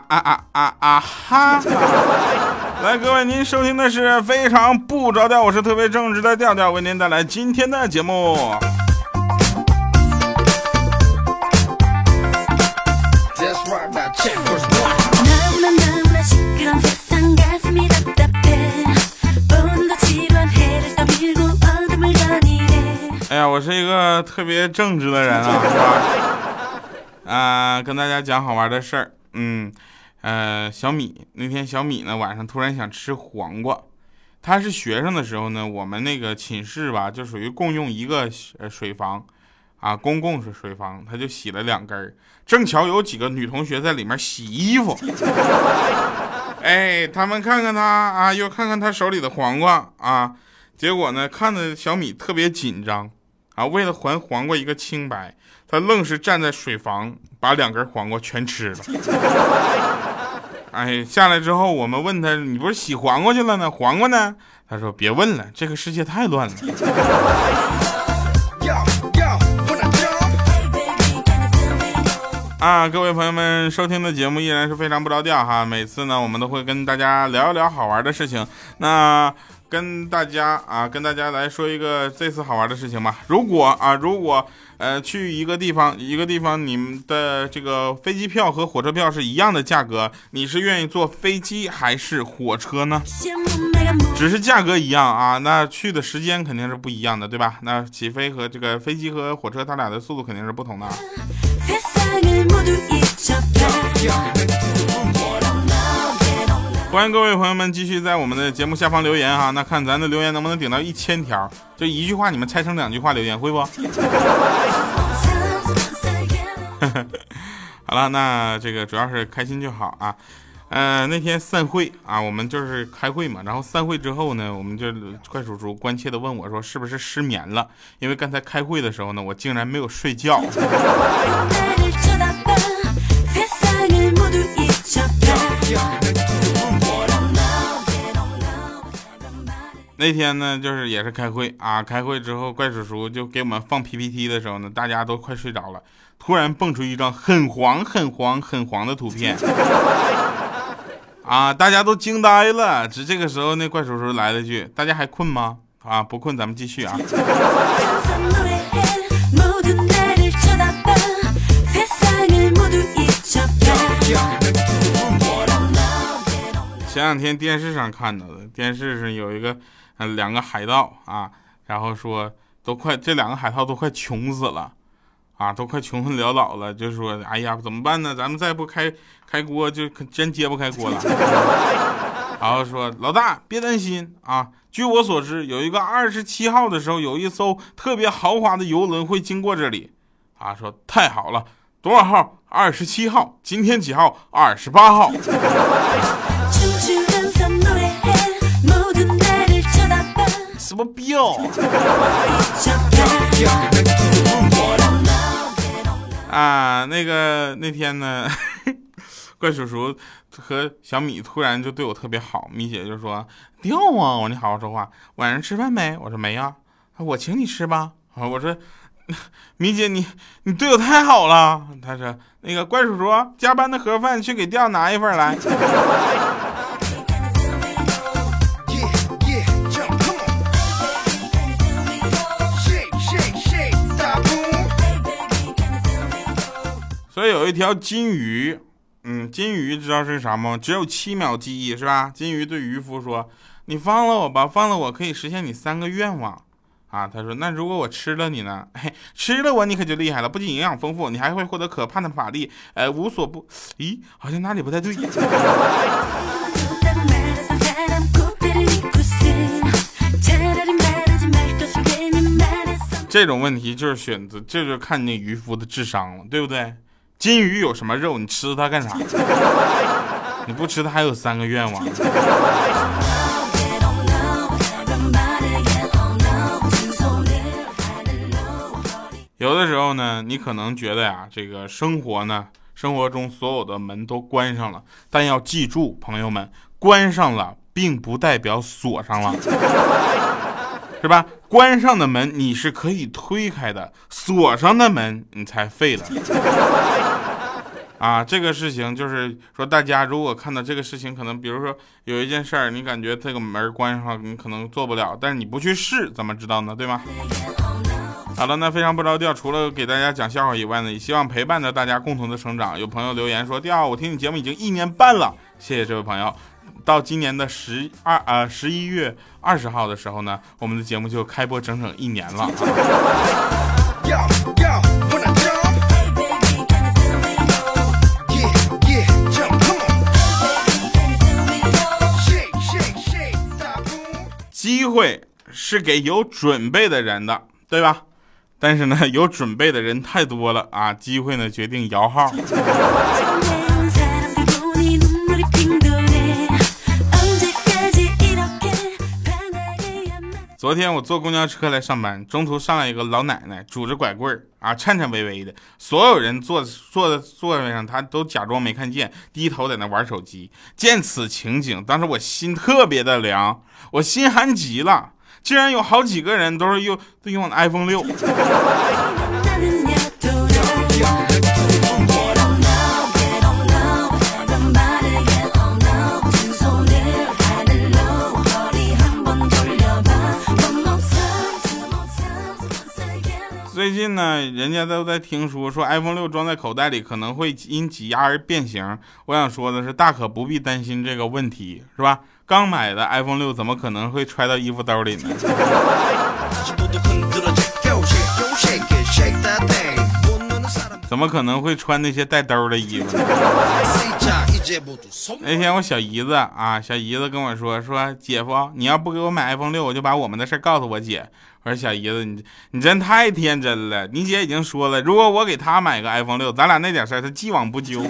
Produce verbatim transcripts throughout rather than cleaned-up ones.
啊啊啊啊哈！来，各位，您收听的是非常不着调，我是特别正直的调调，为您带来今天的节目。哎呀，我是一个特别正直的人啊，是吧？啊、呃，跟大家讲好玩的事儿。嗯，呃，小米那天小米呢晚上突然想吃黄瓜。他是学生的时候呢，我们那个寝室吧就属于共用一个呃水房，啊，公共是水房，他就洗了两根，正巧有几个女同学在里面洗衣服。哎，他们看看他啊，又看看他手里的黄瓜啊，结果呢，看得小米特别紧张啊，为了还黄瓜一个清白，他愣是站在水房把两根黄瓜全吃了。哎，下来之后我们问他，你不是洗黄瓜去了呢？黄瓜呢？他说别问了，这个世界太乱了。啊，各位朋友们，收听的节目依然是非常不着调哈。每次呢，我们都会跟大家聊一聊好玩的事情。那跟大家啊，跟大家来说一个这次好玩的事情吧。如果啊，如果呃去一个地方，一个地方你们的这个飞机票和火车票是一样的价格，你是愿意坐飞机还是火车呢？只是价格一样啊，那去的时间肯定是不一样的，对吧？那起飞和这个飞机和火车，它俩的速度肯定是不同的啊。欢迎各位朋友们继续在我们的节目下方留言哈，那看咱的留言能不能顶到一千条，就一句话你们拆成两句话留言，会不？好了，那这个主要是开心就好啊。呃，那天散会啊，我们就是开会嘛，然后散会之后呢，我们就怪叔叔关切的问我说，是不是失眠了？因为刚才开会的时候呢，我竟然没有睡觉。那天呢，就是也是开会啊，开会之后，怪叔叔就给我们放 P P T 的时候呢，大家都快睡着了，突然蹦出一张很黄、很黄、很黄的图片，啊，大家都惊呆了。只这个时候，那怪叔叔来了句：“大家还困吗？啊，不困，咱们继续啊。”前两天电视上看到的，电视上有一个呃两个海盗啊，然后说都快这两个海盗都快穷死了啊，都快穷困潦倒了，就说哎呀怎么办呢？咱们再不开开锅就真揭不开锅了。然后说老大别担心啊，据我所知，有一个二十七号的时候，有一艘特别豪华的游轮会经过这里啊。说太好了，多少号？二十七号。今天几号？二十八号。什么病啊？那个那天呢，怪叔叔和小米突然就对我特别好，米姐就说：“掉啊！”我说你好好说话。晚上吃饭没？我说没啊。我请你吃吧。我说米姐你你对我太好了。他说那个怪叔叔加班的盒饭去给调拿一份来。所以有一条金鱼，嗯，金鱼知道是啥吗？只有七秒记忆是吧？金鱼对渔夫说：“你放了我吧，放了我可以实现你三个愿望。”啊，他说：“那如果我吃了你呢？嘿，吃了我你可就厉害了，不仅营养丰富，你还会获得可怕的法力，呃，无所不……咦，好像哪里不太对。”这种问题就是选择，这就是看那渔夫的智商了，对不对？金鱼有什么肉？你吃它干啥？你不吃它还有三个愿望。有的时候呢，你可能觉得呀，这个生活呢，生活中所有的门都关上了，但要记住，朋友们，关上了并不代表锁上了。是吧？关上的门你是可以推开的，锁上的门你才废了。 啊，这个事情就是说，大家如果看到这个事情，可能比如说有一件事儿，你感觉这个门关上了，你可能做不了，但是你不去试，怎么知道呢？对吗？好了，那非常不着调，除了给大家讲笑话以外呢，也希望陪伴着大家共同的成长。有朋友留言说，调，我听你节目已经一年半了，谢谢这位朋友。到今年的十二啊十一月二十号的时候呢，我们的节目就开播整整一年了。机会是给有准备的人的，对吧？但是呢，有准备的人太多了啊，机会呢决定摇号。昨天我坐公交车来上班，中途上来一个老奶奶，拄着拐棍儿啊，颤颤巍巍的。所有人坐坐在座位上，她都假装没看见，低头在那玩手机。见此情景，当时我心特别的凉，我心寒极了。竟然有好几个人都是用都用 iPhone 六。最近呢，人家都在听说说 iPhone 六装在口袋里可能会因挤压而变形。我想说的是，大可不必担心这个问题，是吧？刚买的 iPhone 六怎么可能会揣到衣服兜里呢？怎么可能会穿那些带兜的衣服呢？那天我小姨子啊，小姨子跟我说说，姐夫，你要不给我买 iPhone 六，我就把我们的事告诉我姐。我说小姨子，你你真太天真了。你姐已经说了，如果我给她买个 iPhone 六，咱俩那点事儿她既往不咎。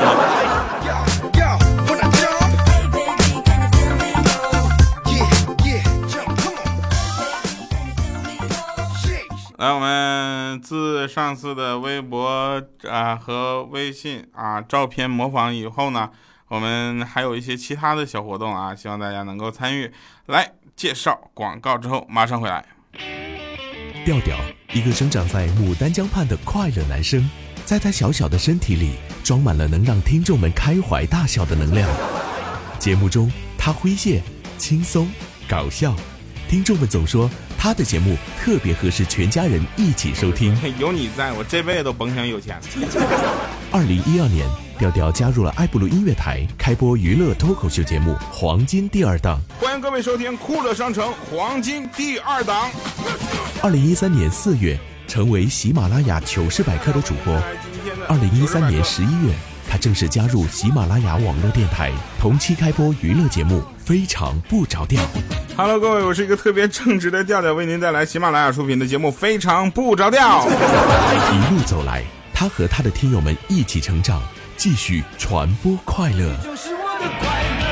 来，我们自上次的微博啊和微信啊照片模仿以后呢，我们还有一些其他的小活动啊，希望大家能够参与。来，介绍广告之后马上回来。 调调，一个生长在牡丹江畔的快乐男生，在他小小的身体里装满了能让听众们开怀大笑的能量。节目中他诙谐、轻松、搞笑，听众们总说他的节目特别合适全家人一起收听。 有你在，我这辈子都甭想有钱。 二零一二年，调调加入了爱布鲁音乐台，开播娱乐脱口秀节目《黄金第二档》。 欢迎各位收听酷乐商城黄金第二档。 二零一三年四月，成为喜马拉雅糗事百科的主播。二零一三年十一月，他正式加入喜马拉雅网络电台，同期开播娱乐节目《非常不着调》。 Hello， 各位，我是一个特别正直的调调，为您带来喜马拉雅出品的节目《非常不着调》。 一路走来，他和他的听友们一起成长，继续传播快乐。 就是我的快乐。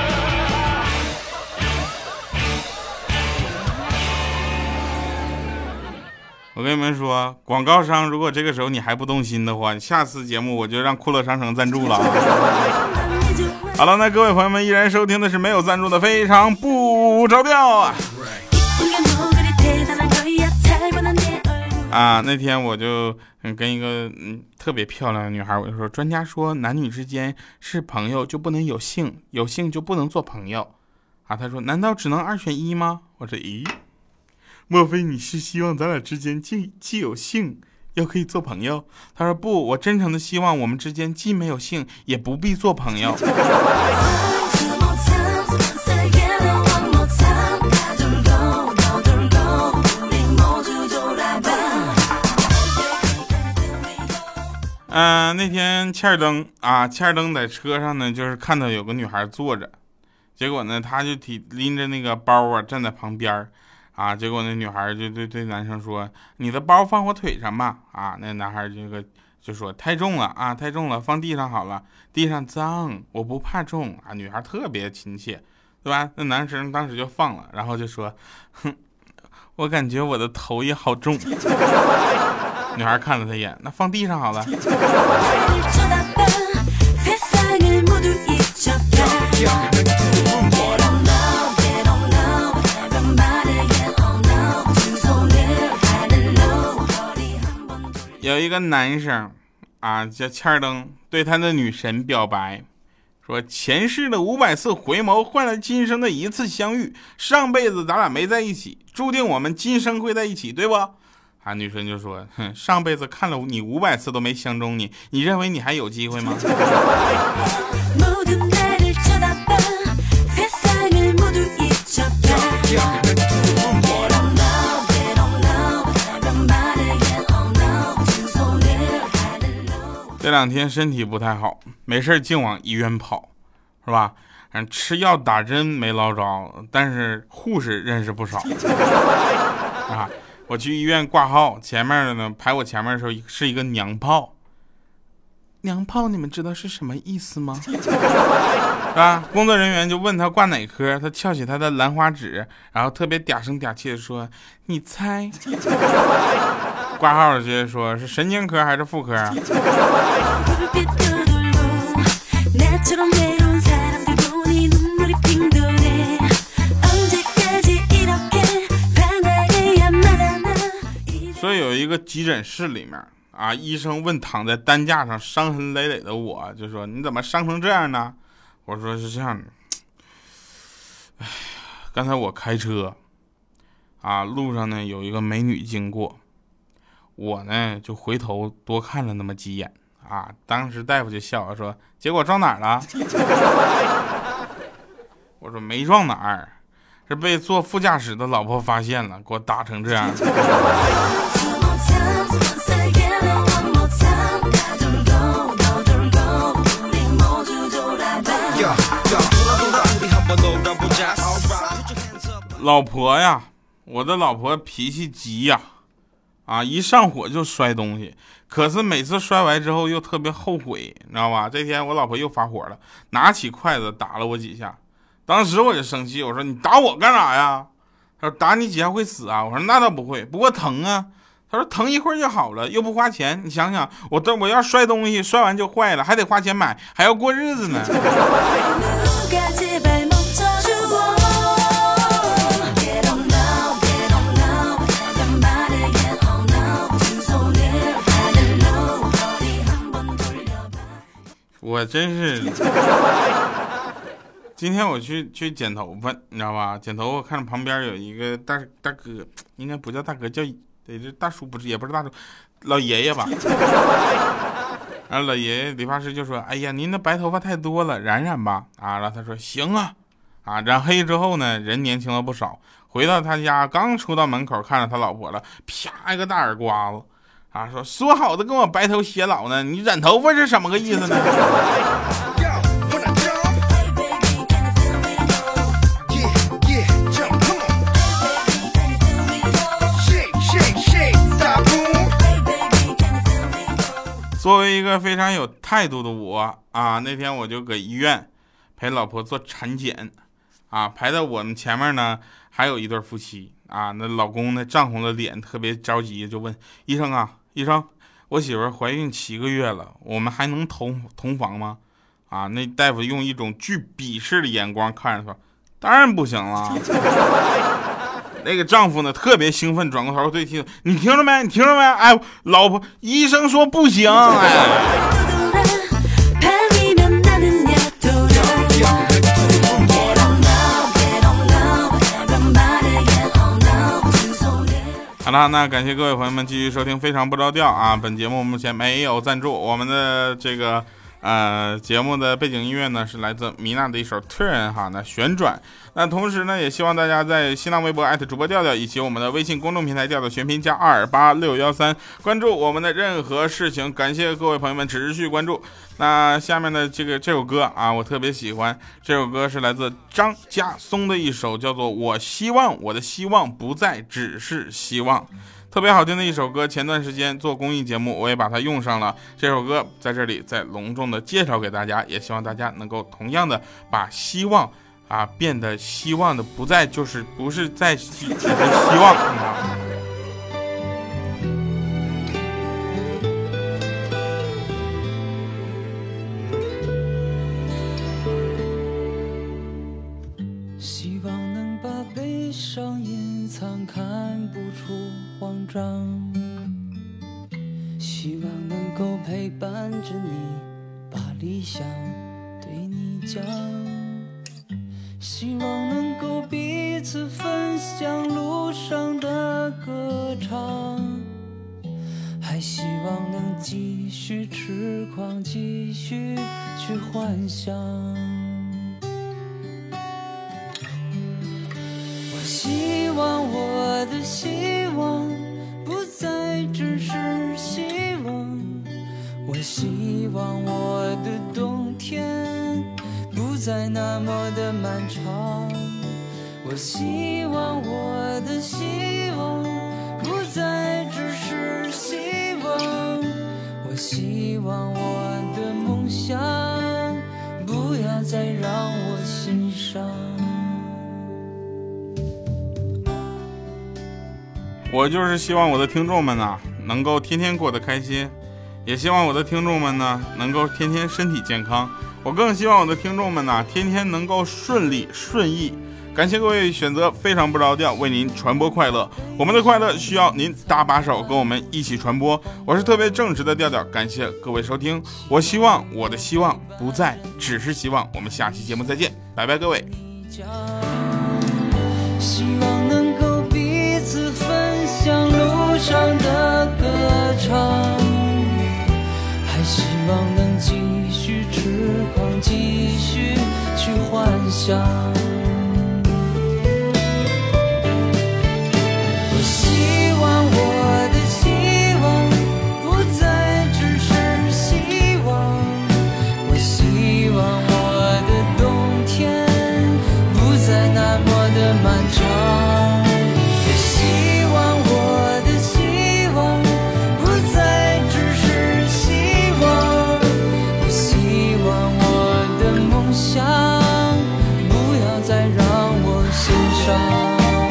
我跟你们说，广告商如果这个时候你还不动心的话，下次节目我就让酷乐商城赞助了。好了，那各位朋友们依然收听的是没有赞助的非常不着调啊。啊，那天我就跟一个嗯特别漂亮的女孩，我就说，专家说男女之间是朋友就不能有性，有性就不能做朋友啊。她说，难道只能二选一吗？我说，咦，莫非你是希望咱俩之间既既有性又可以做朋友？他说不，我真诚的希望我们之间既没有性也不必做朋友。嗯、呃，那天欠儿登啊，欠儿登在车上呢，就是看到有个女孩坐着，结果呢，他就提拎着那个包啊，站在旁边啊，结果那女孩就对对男生说：“你的包放我腿上吧。”啊，那男孩这个就说：“太重了啊，太重了，放地上好了，地上脏，我不怕重啊。”女孩特别亲切，对吧？那男生当时就放了，然后就说：“哼，我感觉我的头也好重。”女孩看了他一眼，那放地上好了。有一个男生啊，叫欠儿登，对他的女神表白，说前世的五百次回眸换了今生的一次相遇，上辈子咱俩没在一起，注定我们今生会在一起，对不？啊，女神就说，哼，上辈子看了你五百次都没相中你，你认为你还有机会吗？这两天身体不太好，没事净往医院跑，是吧？嗯，吃药打针没捞着，但是护士认识不少啊。我去医院挂号，前面的呢排我前面的时候是一个娘炮。娘炮，你们知道是什么意思吗？啊，工作人员就问他挂哪科，他翘起他的兰花指，然后特别嗲声嗲气的说：“你猜。”挂号直接说是神经科还是妇科啊？所以有一个急诊室里面啊，医生问躺在担架上伤痕累累的我，就说你怎么伤成这样呢？我说是这样的，哎，刚才我开车啊，路上呢有一个美女经过，我呢就回头多看了那么几眼啊，当时大夫就笑了说，结果撞哪儿了？我说没撞哪儿，是被坐副驾驶的老婆发现了，给我打成这样。老婆呀，我的老婆脾气急呀，啊，一上火就摔东西，可是每次摔完之后又特别后悔，你知道吧？这天我老婆又发火了，拿起筷子打了我几下，当时我就生气，我说你打我干啥呀？他说打你几下会死啊？我说那倒不会，不过疼啊。他说疼一会儿就好了，又不花钱，你想想，我都我要摔东西，摔完就坏了，还得花钱买，还要过日子呢。我真是，今天我去去剪头发，你知道吧？剪头发看着旁边有一个大大哥，应该不叫大哥，叫得这大叔，不是也不是大叔，老爷爷吧。然后老爷爷理发师就说：“哎呀，您的白头发太多了，染染吧。”啊，然后他说：“行啊。”啊，染黑之后呢，人年轻了不少。回到他家，刚出到门口，看着他老婆了，啪一个大耳刮子。啊，说说好的跟我白头偕老呢，你染头发是什么个意思呢？作为一个非常有态度的我啊，那天我就搁医院陪老婆做产检啊，排在我们前面呢还有一对夫妻啊，那老公呢涨红了脸，特别着急，就问医生啊，医生，我媳妇怀孕七个月了，我们还能同同房吗？啊，那大夫用一种巨鄙视的眼光看着他，当然不行了。那个丈夫呢特别兴奋，转过头对妻子，你听着没？你听着没？哎，老婆，医生说不行，哎。好了，那感谢各位朋友们继续收听非常不着调啊！本节目目前没有赞助，我们的这个呃节目的背景音乐呢是来自米娜的一首 Turn 哈，那旋转。那同时呢，也希望大家在新浪微博艾特主播调调，以及我们的微信公众平台调调全拼加二八六幺三，关注我们的任何事情。感谢各位朋友们持续关注。那下面的这个这首歌啊，我特别喜欢，这首歌是来自张家松的一首叫做《我希望我的希望不再只是希望》。特别好听的一首歌，前段时间做公益节目我也把它用上了，这首歌在这里再隆重的介绍给大家，也希望大家能够同样的把希望啊变得希望的不再就是不是再只是希望啊。 希望能把悲伤隐藏，看不出慌张。 希望能够陪伴着你，把理想对你讲，希望能够彼此分享路上的歌唱，还希望能继续痴狂，继续去幻想。我希望我的希望不再只是希望，我希望我的冬天不再那么的漫长，我希望我的希望不再只是希望，我希望我的梦想不要再让我心伤。 我就是希望我的听众们呢、啊、能够天天过得开心，也希望我的听众们呢能够天天身体健康，我更希望我的听众们呢天天能够顺利顺意。感谢各位选择非常不着调为您传播快乐，我们的快乐需要您搭把手跟我们一起传播。我是特别正直的调调，感谢各位收听，我希望我的希望不再只是希望。我们下期节目再见，拜拜各位。 希望能够彼此分享路上的歌唱，还希望能继续痴狂，继续去幻想。我希望我的希望不再只是希望，我希望我的冬天不再那么的漫长，我希望我的希望不再只是希望，我希望我的梦想不要再让我心伤。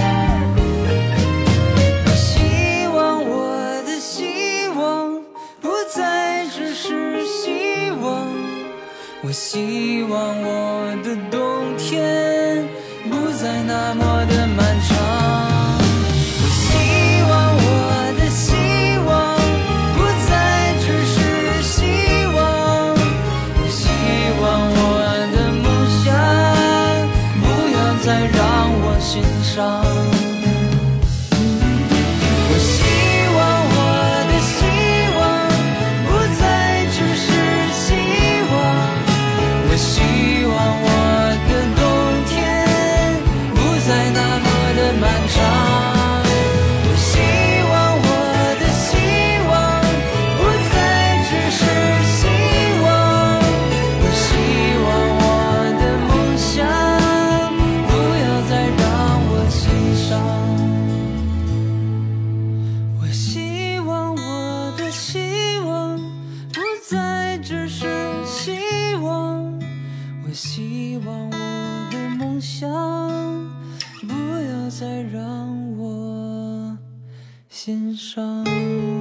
我希望我的冬天不再那么的漫长，我希望我的希望不再只是希望，我希望我的梦想不要再让我心伤。我希望我的梦想不要再让我心伤。